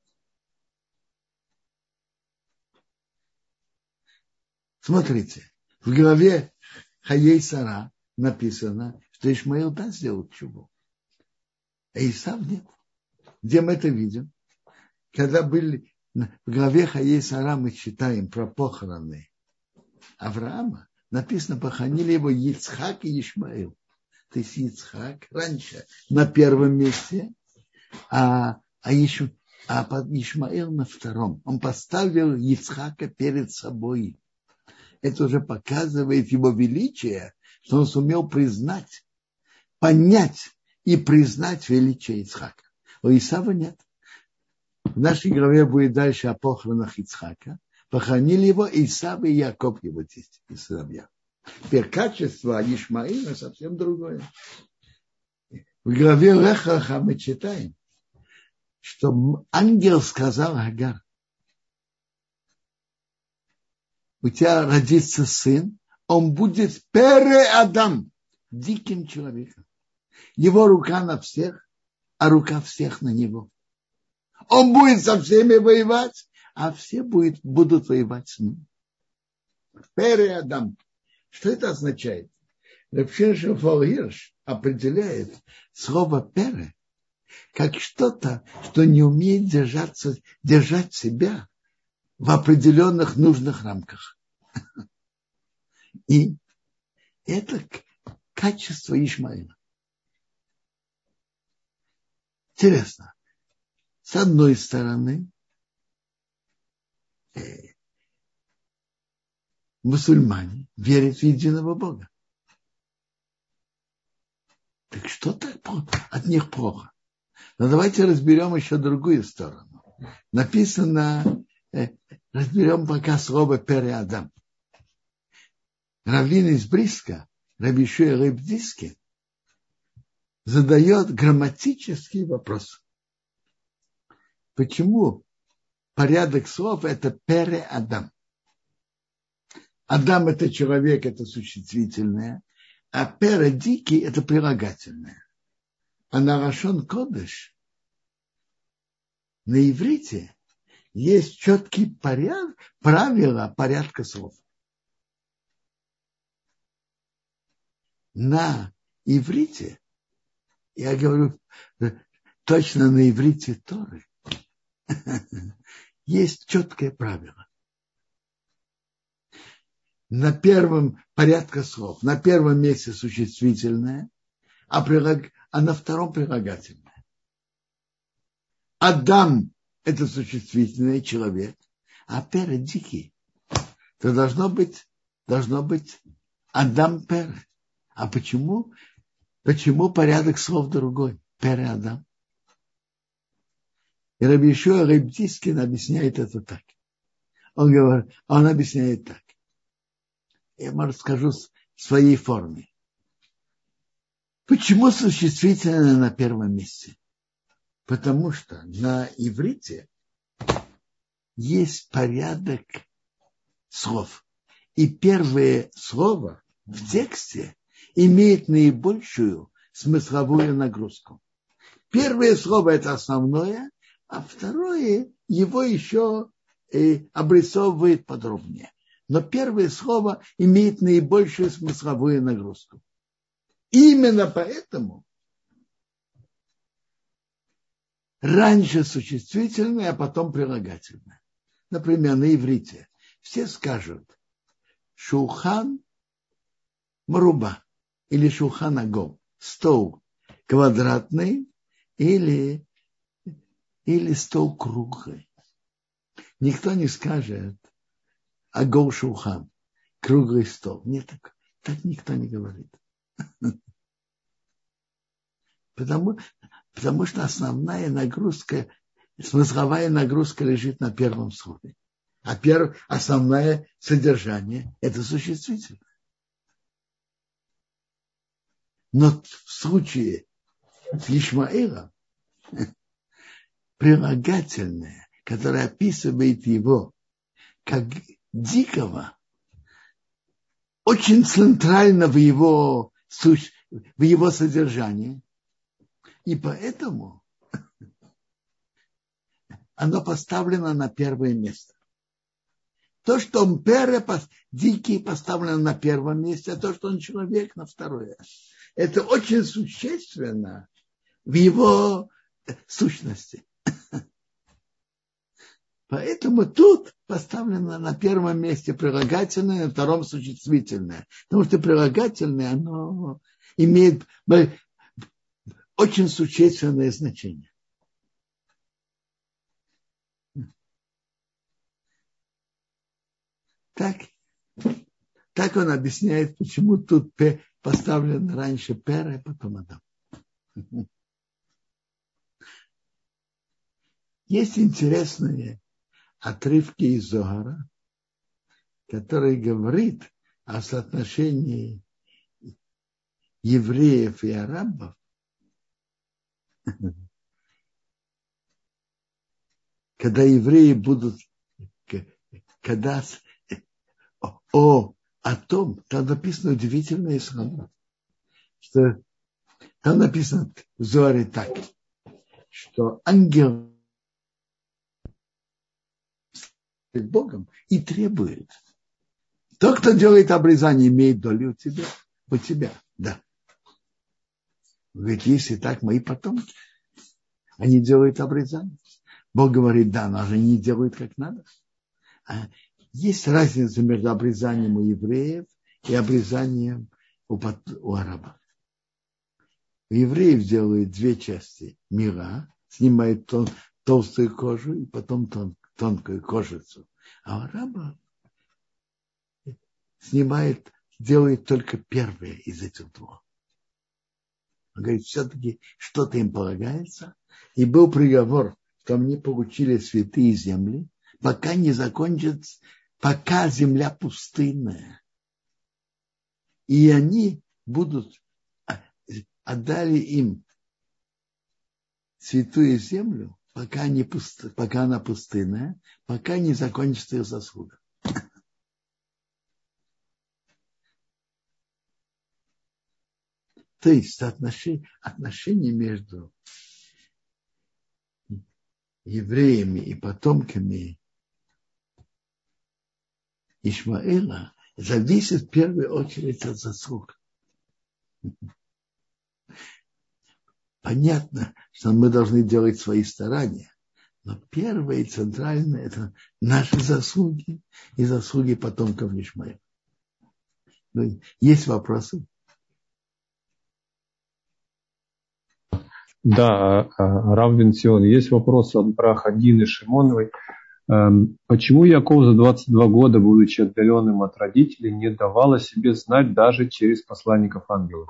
Смотрите, в главе Хаей Сара написано, что Ишмаил да сделал тшуву, а Исав нет. Где мы это видим? Когда были в главе Хаей Сара мы читаем про похороны Авраама, написано, похоронили его Ицхак и Ишмаил. То есть Ицхак раньше на первом месте, а, а, Иш, а Ишмаил на втором. Он поставил Ицхака перед собой. Это уже показывает его величие, что он сумел признать, понять и признать величие Ицхака. У Исава нет. В нашей главе будет дальше о похоронах Ицхака. Похоронили его Исав и Яков, его тесть и сыновья. Теперь качество Ишмаила совсем другое. В главе Лех Леха мы читаем, что ангел сказал Агар: у тебя родится сын, он будет пере-Адам, диким человеком. Его рука на всех, а рука всех на него. Он будет со всеми воевать, а все будет, будут воевать с ним. Пере-Адам. Что это означает? Рав Шимшон Фор-Гирш определяет слово «пере» как что-то, что не умеет держаться, держать себя в определенных нужных рамках. И это качество Ишмаила. Интересно. С одной стороны, мусульмане верят в единого Бога. Так что так от них плохо? Но давайте разберем еще другую сторону. Написано, разберем пока слово «пере-Адам». Раввин из Бриска, Раби Йошуа лейб Диски, задает грамматический вопрос. Почему порядок слов – это «пере-Адам»? Адам – это человек, это существительное, а «пере-дикий» – это прилагательное. А на лашон кодеш, на иврите, есть четкий порядок, правила порядка слов. На иврите, я говорю точно на иврите Торы, есть четкое правило. На первом порядке слов, на первом месте существительное, а, прилаг, а на втором прилагательное. Адам – это существительный человек, а пере – дикий. То должно быть, должно быть Адам пере. А почему? Почему порядок слов другой? Пере-Адам. И Раби Йошуа лейб Диски объясняет это так. Он говорит, он объясняет так. Я вам расскажу в своей форме. Почему существительное на первом месте? Потому что на иврите есть порядок слов. И первое слово в тексте имеет наибольшую смысловую нагрузку. Первое слово – это основное, а второе его еще э, обрисовывает подробнее. Но первое слово имеет наибольшую смысловую нагрузку. Именно поэтому раньше существительное, а потом прилагательное. Например, на иврите все скажут шулхан маруба или шулхан агол, стол квадратный или, или стол круглый. Никто не скажет агол шулхан, круглый стол. Нет, так, так никто не говорит. Потому, потому что основная нагрузка, смысловая нагрузка лежит на первом слове. А перв, основное содержание – это существительное. Но в случае с Ишмаилом прилагательное, которое описывает его как дикого, очень центрально в его, в его содержании. И поэтому оно поставлено на первое место. То, что он пере, дикий, поставлено на первом месте, а то, что он человек, на второе. Это очень существенно в его сущности. Поэтому тут поставлено на первом месте прилагательное, на втором существительное. Потому что прилагательное, оно имеет очень существенное значение. Так, так он объясняет, почему тут поставлено раньше пере, потом Адам. Есть интересные отрывки из Зоара, который говорит о соотношении евреев и арабов когда евреи будут, когда о, о, о том, там написано удивительное слово, что там написано в Зоаре так, что ангел перед Богом и требует. Тот, кто делает обрезание, имеет долю у тебя, у тебя, да. Он говорит, если так, мои потомки, они делают обрезание. Бог говорит, да, но они не делают как надо. А есть разница между обрезанием у евреев и обрезанием у, у арабов. У евреев делают две части мира, снимают тон, толстую кожу и потом тон, тонкую кожицу. А у арабов снимает, делает только первое из этих двух. Он говорит, все-таки что-то им полагается. И был приговор, что они получили святые земли, пока не закончится, пока земля пустынная. И они будут, отдали им святую землю, пока, они пусты, пока она пустынная, пока не закончится их заслуга. То есть отношения, отношения между евреями и потомками Ишмаэла зависит в первую очередь от заслуг. Понятно, что мы должны делать свои старания, но первое и центральное – это наши заслуги и заслуги потомков Ишмаэла. Ну, есть вопросы? Да, Рав Бенцион, есть вопрос от браха Дины Шимоновой. Почему Яков за двадцать два года, будучи отдаленным от родителей, не давал о себе знать даже через посланников ангелов?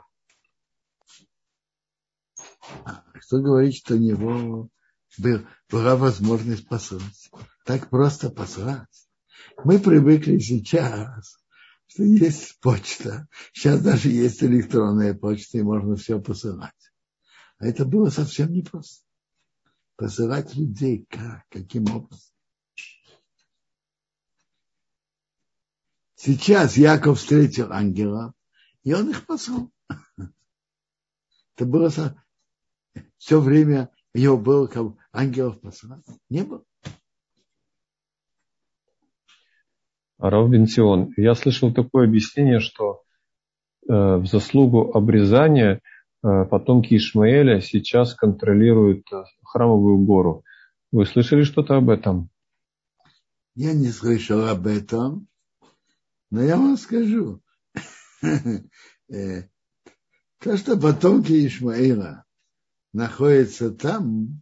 Кто говорит, что у него была возможность послать? Так просто послать. Мы привыкли сейчас, что есть почта. Сейчас даже есть электронная почта, и можно все посылать. А это было совсем непросто. Посылать людей как? Каким образом? Сейчас Яков встретил ангелов, и он их послал. Это было все время, у него было как ангелов послать. Не было. Рав Бенцион, я слышал такое объяснение, что э, в заслугу обрезания э, потомки Ишмаэля сейчас контролируют э, храмовую гору. Вы слышали что-то об этом? Я не слышал об этом, но я вам скажу. То, что потомки Ишмаэла находятся там,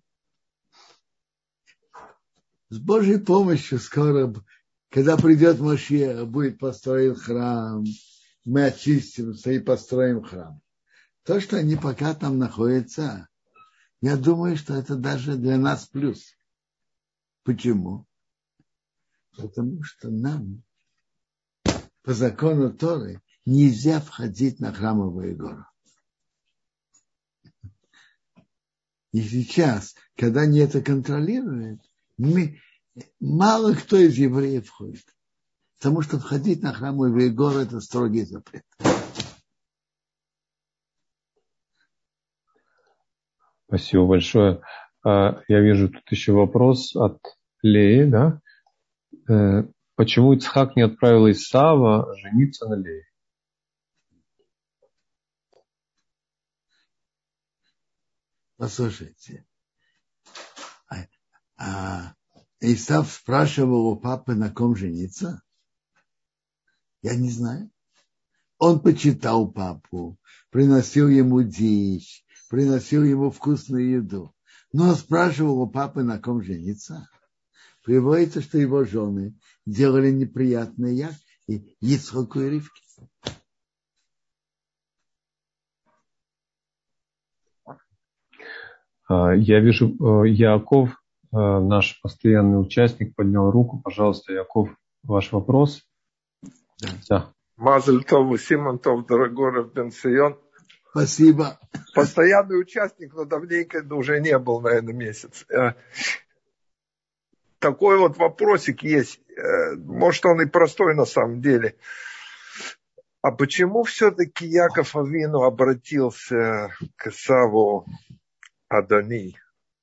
с Божьей помощью скоро, когда придет Машиах, будет построен храм, мы очистимся и построим храм. То, что они пока там находятся, я думаю, что это даже для нас плюс. Почему? Потому что нам по закону Торы нельзя входить на храмовую гору. И сейчас, когда они это контролируют, мы, мало кто из евреев входит. Потому что входить на храмовые горы – это строгий запрет. Спасибо большое. Я вижу тут еще вопрос от Леи, да? Почему Ицхак не отправил Исава жениться на Лее? Послушайте, а Исав спрашивал у папы, на ком жениться? Я не знаю. Он почитал папу, приносил ему дичь, приносил ему вкусную еду. Но он спрашивал у папы, на ком жениться. Приводится, что его жены делали неприятное Ицхаку и Ривке. Я вижу, Яков, наш постоянный участник, поднял руку. Пожалуйста, Яков, ваш вопрос. Да. Да. Мазаль Тов, Симон Тов, дорогой Рав Бенцион. Спасибо. Постоянный участник, но давненько уже не был, наверное, месяц. такой вот вопросик есть. Может, он и простой на самом деле. А почему все-таки Яков Авину обратился к Исаву Адони?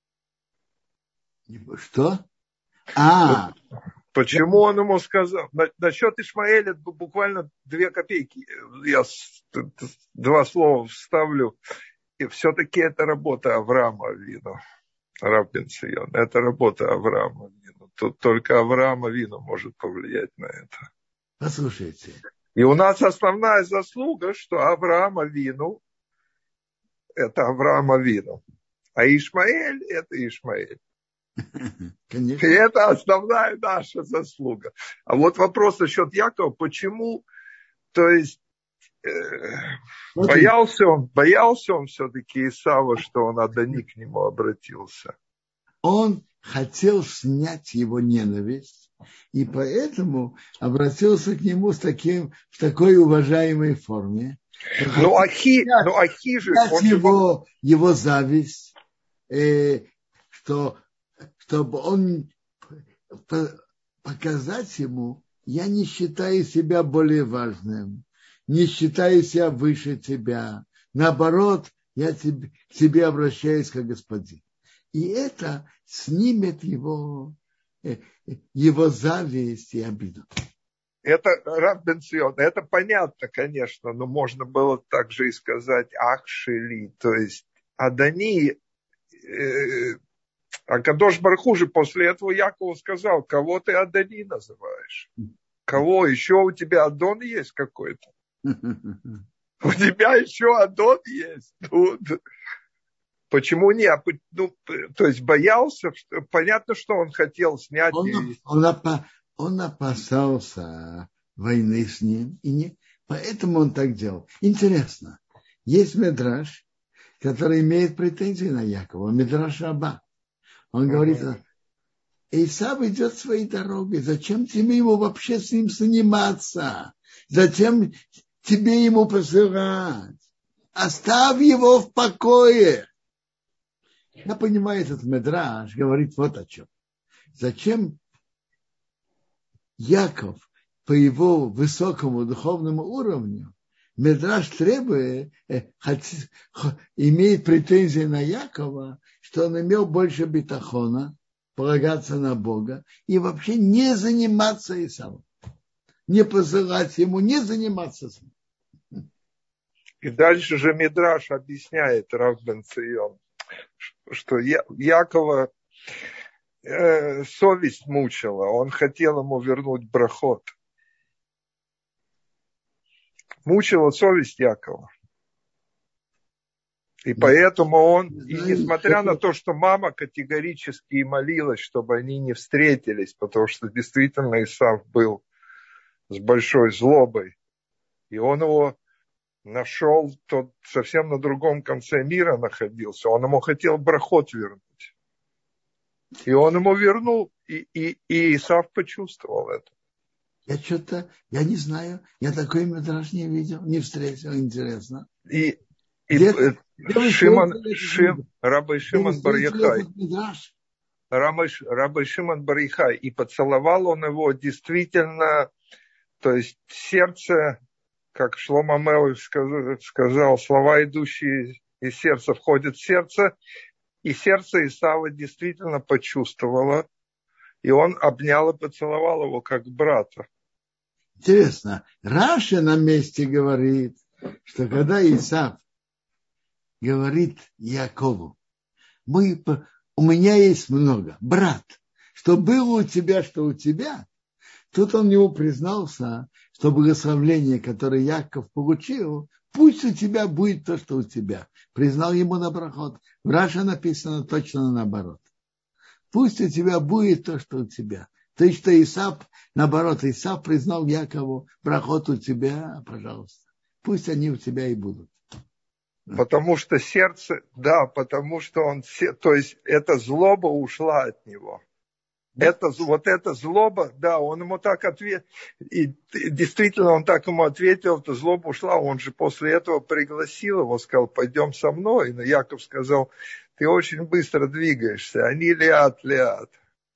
Что? А, почему он ему сказал? Насчет Ишмаэля буквально две копейки. Я два слова вставлю. И все-таки это работа Авраама Авину. Рав бен Цион. Это работа Авраама Авину. Тут только Авраам Авину может повлиять на это. Послушайте. И у нас основная заслуга, что Авраам Авину это Авраам Авину. А Ишмаэль это Ишмаэль. Конечно. И это основная наша заслуга. А вот вопрос насчет Якова, почему, то есть э, боялся он, боялся он все-таки Исава, что он Адони к нему обратился. Он хотел снять его ненависть, и поэтому обратился к нему с таким, в такой уважаемой форме. Ну, Ахи, ну, Ахи же... Он его, его зависть, э, что, чтобы он показать ему, я не считаю себя более важным, не считаю себя выше тебя. Наоборот, я тебе, к тебе обращаюсь как господин. И это снимет его, его зависть и обиду. Это, Рав бен Цион, это понятно, конечно, но можно было также и сказать Ахшили, то есть Адони, э, а Кадош Барух Ху же после этого Якову сказал, кого ты Адони называешь? Кого? Еще у тебя Адон есть какой-то? У тебя еще Адон есть? Почему не? Ну, то есть боялся, что, понятно, что он хотел снять. Он, и... он, опа, он опасался войны с ним, и не, поэтому он так делал. Интересно, есть Мидраш, который имеет претензии на Якова, Мидраш Раба. Он говорит, Исав идет своей дорогой, зачем тебе ему вообще с ним заниматься? Зачем тебе ему посылать? Оставь его в покое. Я понимаю, этот Мидраш говорит вот о чем. Зачем Яков по его высокому духовному уровню, Мидраш требует, э, хоть, имеет претензии на Якова, что он имел больше битахона, полагаться на Бога и вообще не заниматься Исавом. Не посылать ему, не заниматься с ним. И дальше же Мидраш объясняет, Рав бен Цион, что Якова э, совесть мучила, он хотел ему вернуть брахот. Мучила совесть Якова. И поэтому он, и несмотря на то, что мама категорически молилась, чтобы они не встретились, потому что действительно Исав был с большой злобой, и он его нашел, тот совсем на другом конце мира находился, он ему хотел брахот вернуть. И он ему вернул, и, и, и Исав почувствовал это. Я что-то, я не знаю, я такой Мидраш не видел, не встретил, интересно. И, и где, Шимон, Шим, Рабби Шимон бар Йохай, Рабби, Рабби Шимон бар Йохай, и поцеловал он его действительно, то есть сердце, как Шломо Мелех сказал, сказал, слова, идущие из сердца, входят в сердце, и сердце Исава действительно почувствовало, и он обнял и поцеловал его как брата. Интересно, Раши на месте говорит, что когда Исав говорит Якову, мы, у меня есть много, брат, что было у тебя, что у тебя, тут он ему признался, что благословление, которое Яков получил, пусть у тебя будет то, что у тебя. Признал ему на брахот. В Раши написано точно наоборот. Пусть у тебя будет то, что у тебя. То есть, что Исав, наоборот, Исав признал Якову, брахот у тебя, пожалуйста. Пусть они у тебя и будут. Потому что сердце, да, потому что он, то есть, эта злоба ушла от него. Это, вот эта злоба, да, он ему так ответил, и действительно он так ему ответил, эта злоба ушла, он же после этого пригласил его, сказал, пойдем со мной, но Яков сказал, ты очень быстро двигаешься, они лиат, лиат.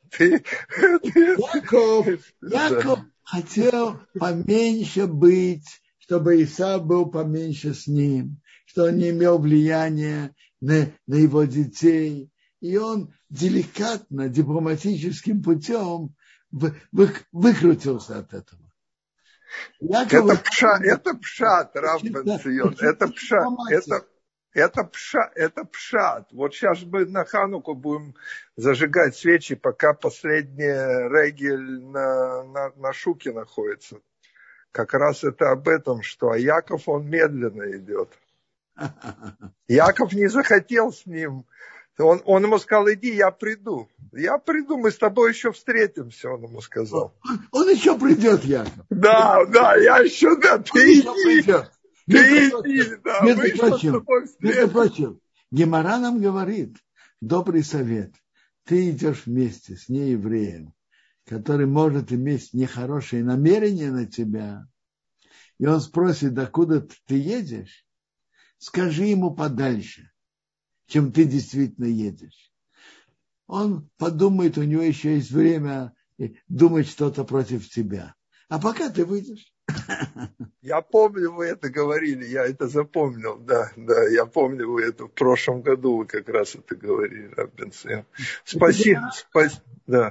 Ты, ты, Яков, Яков да. хотел поменьше быть, чтобы Исав был поменьше с ним, что он не имел влияния на, на его детей. И он деликатно, дипломатическим путем вы, вы, выкрутился от этого. Яков, это, пша, это пшат, Рав бен Цион, это пшат, это, это, пша, это пшат. Вот сейчас мы на Хануку будем зажигать свечи, пока последняя регель на, на, на шуке находится. Как раз это об этом, что а Яков, он медленно идет. Яков не захотел с ним. Он, он ему сказал, иди, я приду. Я приду, мы с тобой еще встретимся, он ему сказал. Он, он еще придет, Яков. Да, да, я еще, да, ты он иди. Придет. Ты иди, да, мы еще с тобой встретимся. Гемара нам говорит, добрый совет. Ты идешь вместе с неевреем, который может иметь нехорошие намерения на тебя, и он спросит, докуда ты едешь, скажи ему подальше, чем ты действительно едешь. Он подумает, у него еще есть время думать что-то против тебя. А пока ты выйдешь. Я помню, вы это говорили, я это запомнил, да, да, я помню, вы это в прошлом году вы как раз это говорили, Рав бен Цион. Спасибо, спасибо, да.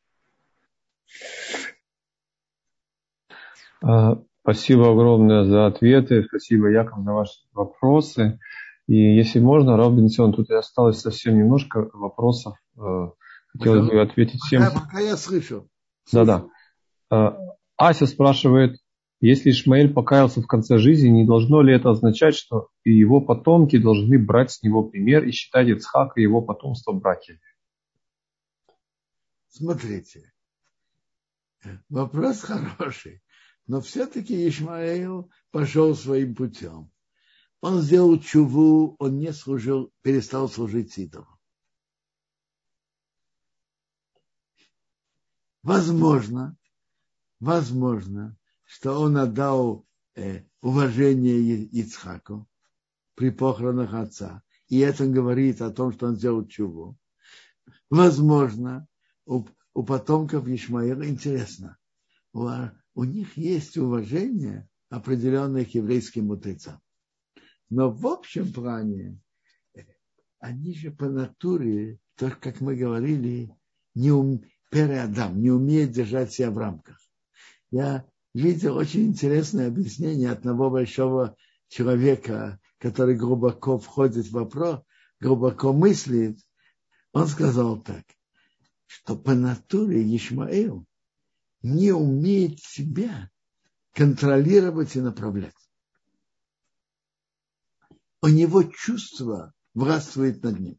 Спасибо огромное за ответы, спасибо, Яков, за ваши вопросы. И если можно, Рав бен Цион, тут осталось совсем немножко вопросов. Хотелось бы ответить всем. Пока, пока я слышу. Да-да. Ася спрашивает, если Ишмаэль покаялся в конце жизни, не должно ли это означать, что и его потомки должны брать с него пример и считать Ицхака и его потомство братьями? Смотрите, вопрос хороший, но все-таки Ишмаэл пошел своим путем. Он сделал чуву, он не служил, перестал служить идолу. Возможно, возможно, что он отдал э, уважение Ицхаку при похоронах отца. И это говорит о том, что он сделал чуву. Возможно, у, у потомков Ишмаэла интересно. У, у них есть уважение определенное к еврейским мудрецам. Но в общем плане они же по натуре, так как мы говорили, не, ум, переадам, не умеют держать себя в рамках. Я видел очень интересное объяснение одного большого человека, который глубоко входит в вопрос, глубоко мыслит. Он сказал так, что по натуре Ишмаэл не умеет себя контролировать и направлять. У него чувство властвует над ним.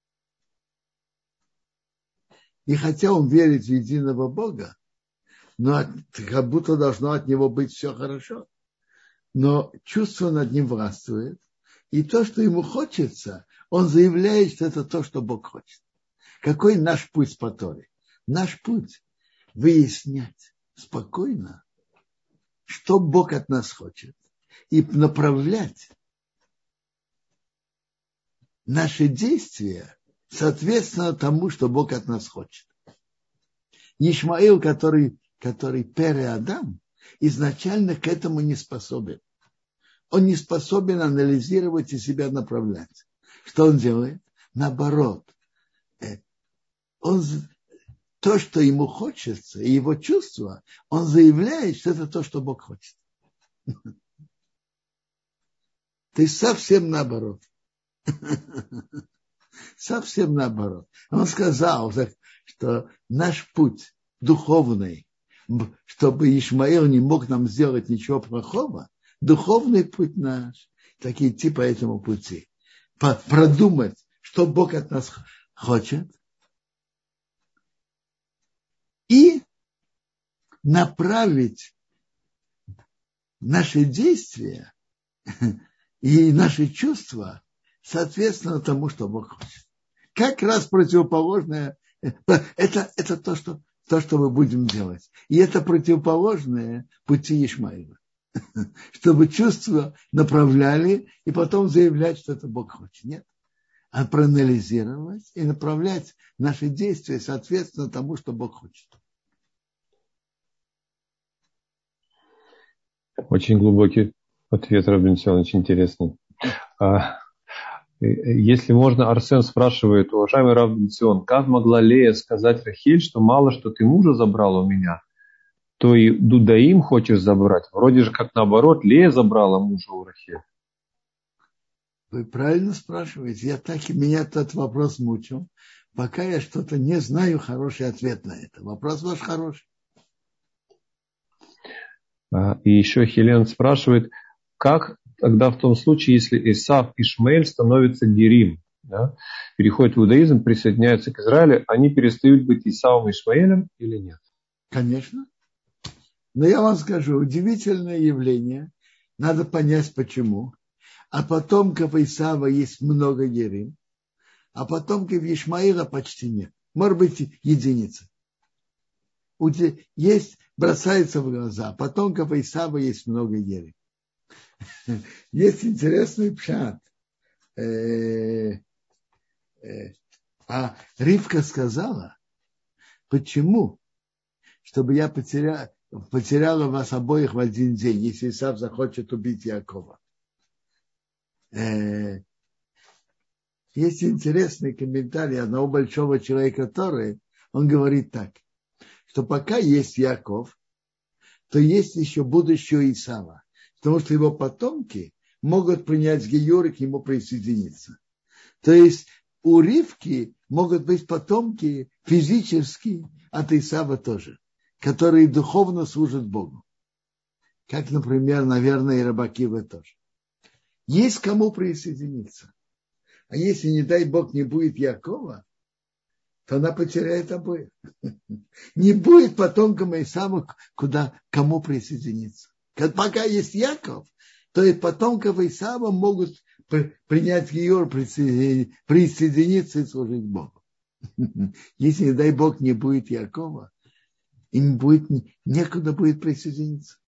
И хотя он верит в единого Бога, но как будто должно от него быть все хорошо. Но чувство над ним властвует. И то, что ему хочется, он заявляет, что это то, что Бог хочет. Какой наш путь по Торе? Наш путь – выяснять спокойно, что Бог от нас хочет. И направлять наши действия соответственно тому, что Бог от нас хочет. Ишмаэл, который, который переадам, изначально к этому не способен. Он не способен анализировать и себя направлять. Что он делает? Наоборот. Он, то, что ему хочется, и его чувства, он заявляет, что это то, что Бог хочет. То есть совсем наоборот. Совсем наоборот. Он сказал, что наш путь духовный, чтобы Ишмаэл не мог нам сделать ничего плохого, духовный путь наш, так идти по этому пути. Продумать, что Бог от нас хочет, и направить наши действия и наши чувства соответственно тому, что Бог хочет. Как раз противоположное, это, это то, что, то, что мы будем делать. И это противоположное пути Ишмаэла. Чтобы чувства направляли и потом заявлять, что это Бог хочет. Нет. а проанализировать и направлять наши действия соответственно тому, что Бог хочет. Очень глубокий ответ, Рав Бенцион, очень интересный. Если можно, Арсен спрашивает: уважаемый Рав Бенцион, как могла Лея сказать Рахиль, что мало что ты мужа забрала у меня, то и Дудаим хочешь забрать? Вроде же как наоборот, Лея забрала мужа у Рахиль. Вы правильно спрашиваете. Я так и меня этот вопрос мучил. Пока я что-то не знаю, хороший ответ на это. Вопрос ваш хороший. И еще Хелен спрашивает, как тогда в том случае, если Исав и Ишмаэль становятся герим, да, переходят в иудаизм, присоединяются к Израилю, они перестают быть Исавом и Ишмаэлем или нет? Конечно. Но я вам скажу, удивительное явление. Надо понять, почему. А потомков Исава есть много герим, а потомков Ишмаила почти нет. Может быть, единица. Есть, бросается в глаза. Потомков Исава есть много герим. Есть интересный пшат. А Ривка сказала, почему? Чтобы я потеряла, потеряла вас обоих в один день, если Исав захочет убить Якова. Есть интересный комментарий одного большого человека, который, он говорит так, что пока есть Яков, то есть еще будущее Исава, потому что его потомки могут принять геюр и к нему присоединиться. То есть у Ривки могут быть потомки физически от Исава тоже, которые духовно служат Богу. Как, например, наверное, и Рабакива тоже. Есть кому присоединиться. А если, не дай Бог, не будет Якова, то она потеряет обоих. Не будет потомкам Исава, куда, кому присоединиться. Пока есть Яков, то и потомков Исава могут принять геюр, присоединиться и служить Богу. Если, не дай Бог, не будет Якова, им будет некуда будет присоединиться.